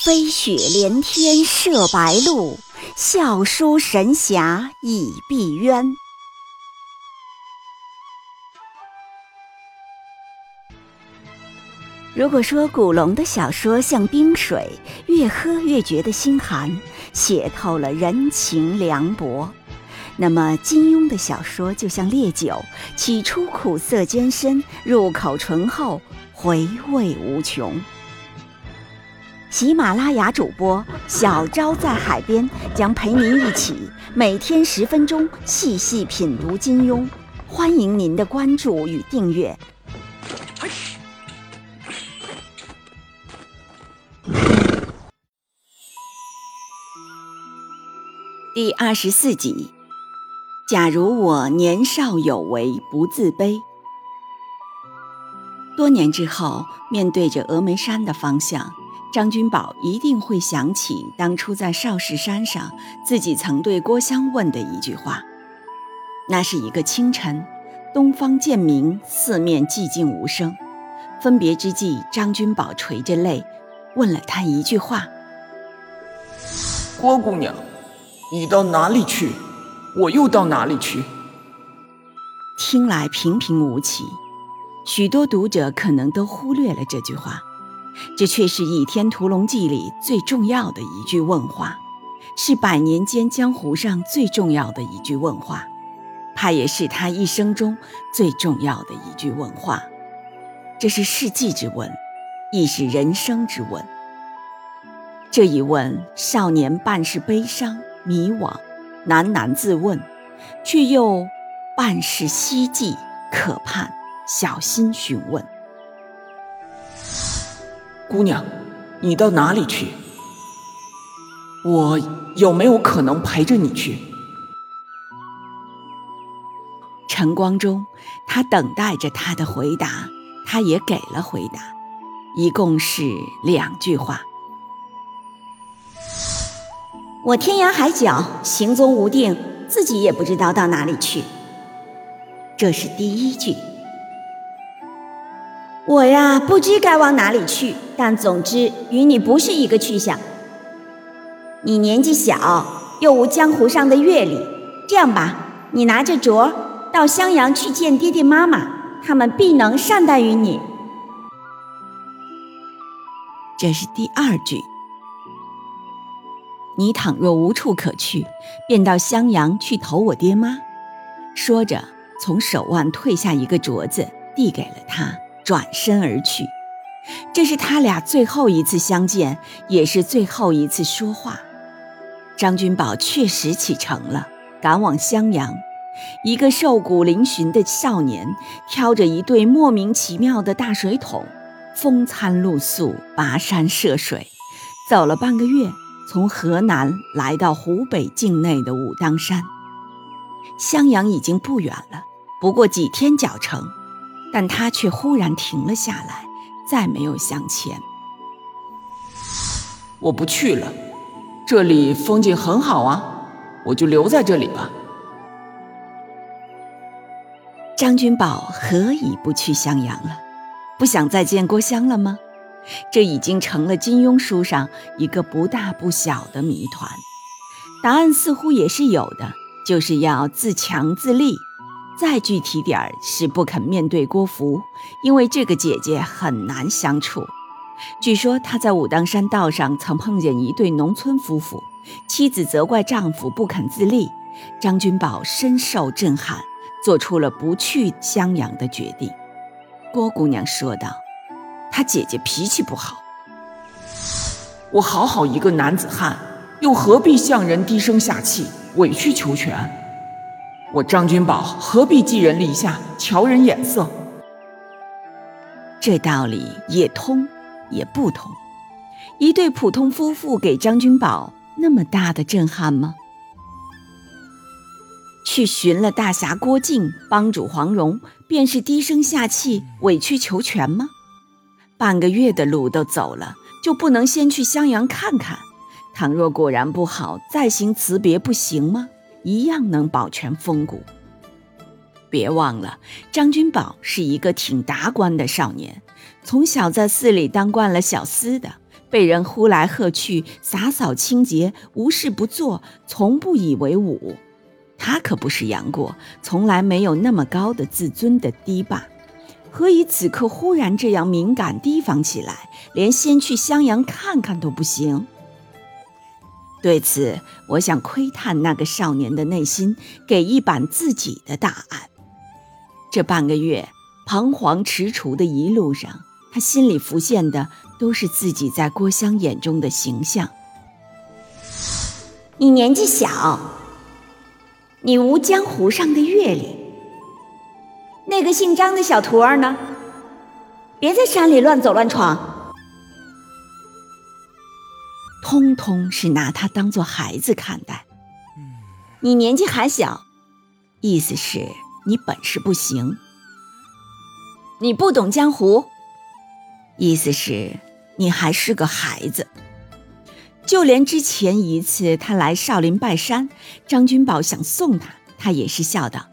飞雪连天射白鹿，笑书神侠倚碧鸳。如果说古龙的小说像冰水，越喝越觉得心寒，写透了人情凉薄，那么金庸的小说就像烈酒，起初苦涩艰深，入口醇厚，回味无穷。喜马拉雅主播小昭在海边将陪您一起每天10分钟细细品读金庸，欢迎您的关注与订阅。第24集，假如我年少有为不自卑。多年之后，面对着峨眉山的方向，张君宝一定会想起当初在少室山上自己曾对郭襄问的一句话。那是一个清晨，东方渐明，四面寂静无声。分别之际，张君宝垂着泪问了他一句话： 郭姑娘，你到哪里去？我又到哪里去？ 听来平平无奇，许多读者可能都忽略了这句话，这却是《倚天屠龙记》里最重要的一句问话，是100年间江湖上最重要的一句问话，怕也是他一生中最重要的一句问话。这是世纪之问，亦是人生之问。这一问，少年半是悲伤迷惘，喃喃自问，却又半是希冀可盼，小心询问。 姑娘，你到哪里去？我有没有可能陪着你去？ 晨光中，他等待着他的回答，他也给了回答，一共是2句话。我天涯海角，行踪无定，自己也不知道到哪里去。这是第1句。我呀，不知该往哪里去，但总之与你不是一个去向。你年纪小，又无江湖上的阅历，这样吧，你拿着镯到襄阳去见爹爹妈妈，他们必能善待于你。这是第2句。你倘若无处可去，便到襄阳去投我爹妈。说着，从手腕退下一个镯子，递给了他，转身而去。这是他俩最后一次相见，也是最后一次说话。张君宝确实启程了，赶往襄阳。一个瘦骨嶙峋的少年，挑着一对莫名其妙的大水桶，风餐露宿，跋山涉水，走了半个月，从河南来到湖北境内的武当山。襄阳已经不远了，不过几天脚程，但他却忽然停了下来，再没有向前。 我不去了，这里风景很好啊，我就留在这里吧。 张君宝何以不去襄阳了？不想再见郭襄了吗？这已经成了金庸书上一个不大不小的谜团。答案似乎也是有的，就是要自强自立。再具体点是不肯面对郭芙，因为这个姐姐很难相处。据说他在武当山道上曾碰见一对农村夫妇，妻子责怪丈夫不肯自立，张君宝深受震撼，做出了不去襄阳的决定。郭姑娘说道，她姐姐脾气不好。 我好好一个男子汉，又何必向人低声下气，委曲求全？我张君宝何必寄人篱下，瞧人眼色？ 这道理也通也不通。一对普通夫妇给张君宝那么大的震撼吗？去寻了大侠郭靖，帮主黄蓉，便是低声下气，委曲求全吗？半个月的路都走了，就不能先去襄阳看看？倘若果然不好，再行辞别不行吗？一样能保全风骨。别忘了，张君宝是一个挺达观的少年，从小在寺里当惯了小厮的， 被人呼来喝去，洒扫清洁，无事不做，从不以为侮。他可不是杨过，从来没有那么高的自尊的堤坝，何以此刻忽然这样敏感提防起来，连先去襄阳看看都不行？对此，我想窥探那个少年的内心，给一版自己的答案。这半个月彷徨踟蹰的一路上，他心里浮现的都是自己在郭襄眼中的形象。你年纪小，你无江湖上的阅历，那个姓张的小徒儿呢？别在山里乱走乱闯。通通是拿他当作孩子看待。你年纪还小，意思是你本事不行。你不懂江湖，意思是你还是个孩子。就连之前一次他来少林拜山，张君宝想送他，他也是笑道：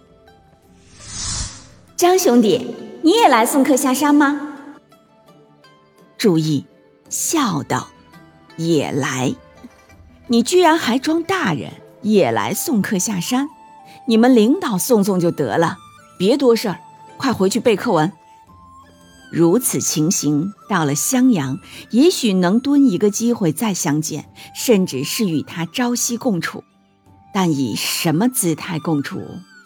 张兄弟，你也来送客下山吗？注意，笑道也来，你居然还装大人，也来送客下山？你们领导送送就得了，别多事儿，快回去背课文。如此情形，到了襄阳，也许能蹲一个机会再相见，甚至是与他朝夕共处，但以什么姿态共处？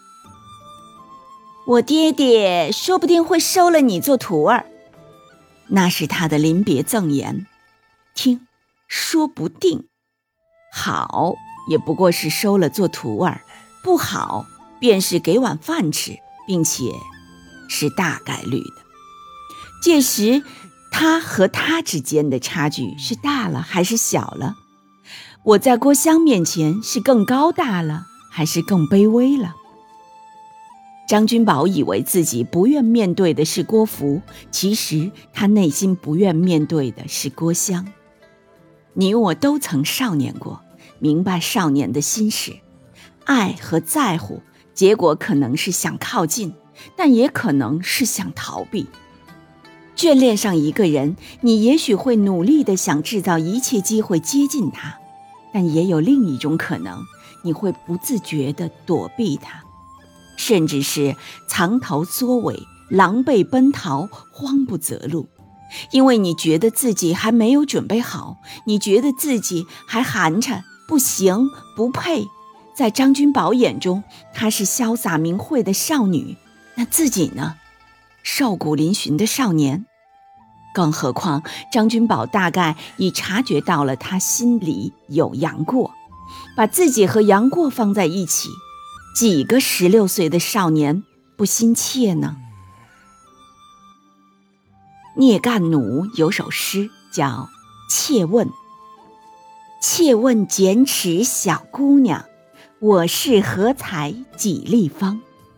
我爹爹说不定会收了你做徒儿，那是他的临别赠言。听，说不定，好也不过是收了做徒儿，不好便是给碗饭吃，并且是大概率的。届时他和他之间的差距是大了还是小了？我在郭襄面前是更高大了还是更卑微了？张君宝以为自己不愿面对的是郭芙，其实他内心不愿面对的是郭襄。你我都曾少年过，明白少年的心事。爱和在乎，结果可能是想靠近，但也可能是想逃避。眷恋上一个人，你也许会努力地想制造一切机会接近他，但也有另一种可能，你会不自觉地躲避他，甚至是藏头缩尾，狼狈奔逃，慌不择路。因为你觉得自己还没有准备好，你觉得自己还寒碜，不行，不配。在张君宝眼中，她是潇洒明慧的少女，那自己呢？瘦骨嶙峋的少年。更何况张君宝大概已察觉到了他心里有杨过，把自己和杨过放在一起，几个16岁的少年不心切呢？聂干弩有首诗叫切问，切问剪齿小姑娘，我是何才几立方。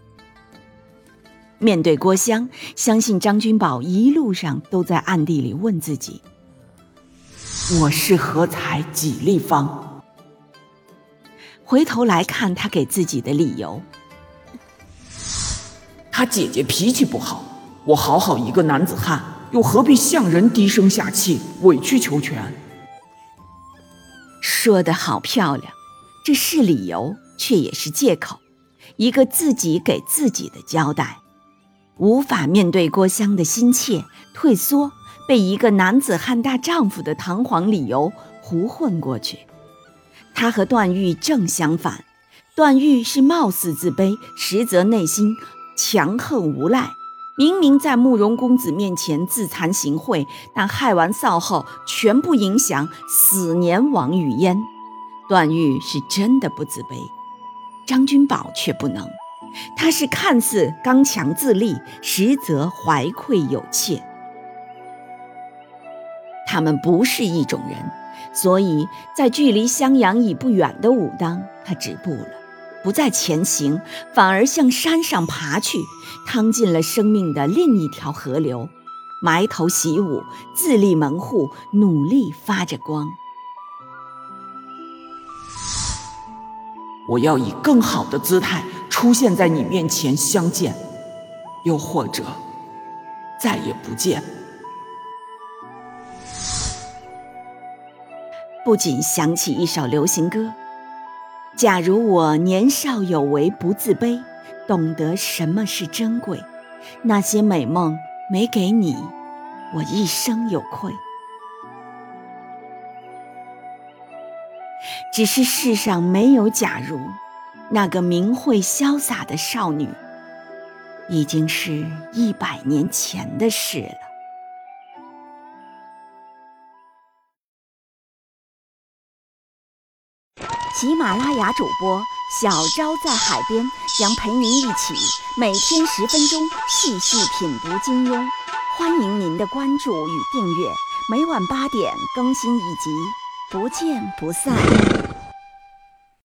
面对郭襄，相信张君宝一路上都在暗地里问自己，我是何才几立方。回头来看他给自己的理由， 他姐姐脾气不好，我好好一个男子汉，又何必向人低声下气，委曲求全？ 说得好漂亮，这是理由，却也是借口，一个自己给自己的交代。无法面对郭襄的心切，退缩，被一个男子汉大丈夫的堂皇理由胡混过去。他和段誉正相反，段誉是貌似自卑，实则内心强横无赖。明明在慕容公子面前自惭形秽，但害完臊后全部影响，死年亡于焉。段誉是真的不自卑，张君宝却不能。他是看似刚强自立，实则怀愧有切。他们不是一种人，所以在距离襄阳已不远的武当，他止步了，不再前行，反而向山上爬去，趟进了生命的另一条河流，埋头习武，自立门户，努力发着光。 我要以更好的姿态出现在你面前相见，又或者再也不见。 不仅想起一首流行歌：假如我年少有为不自卑，懂得什么是珍贵，那些美梦没给你，我一生有愧。只是世上没有假如，那个明慧潇洒的少女，已经是100年前的事了。喜马拉雅主播小昭在海边将陪您一起每天10分钟细细品读金庸，欢迎您的关注与订阅，每晚8点更新一集，不见不散。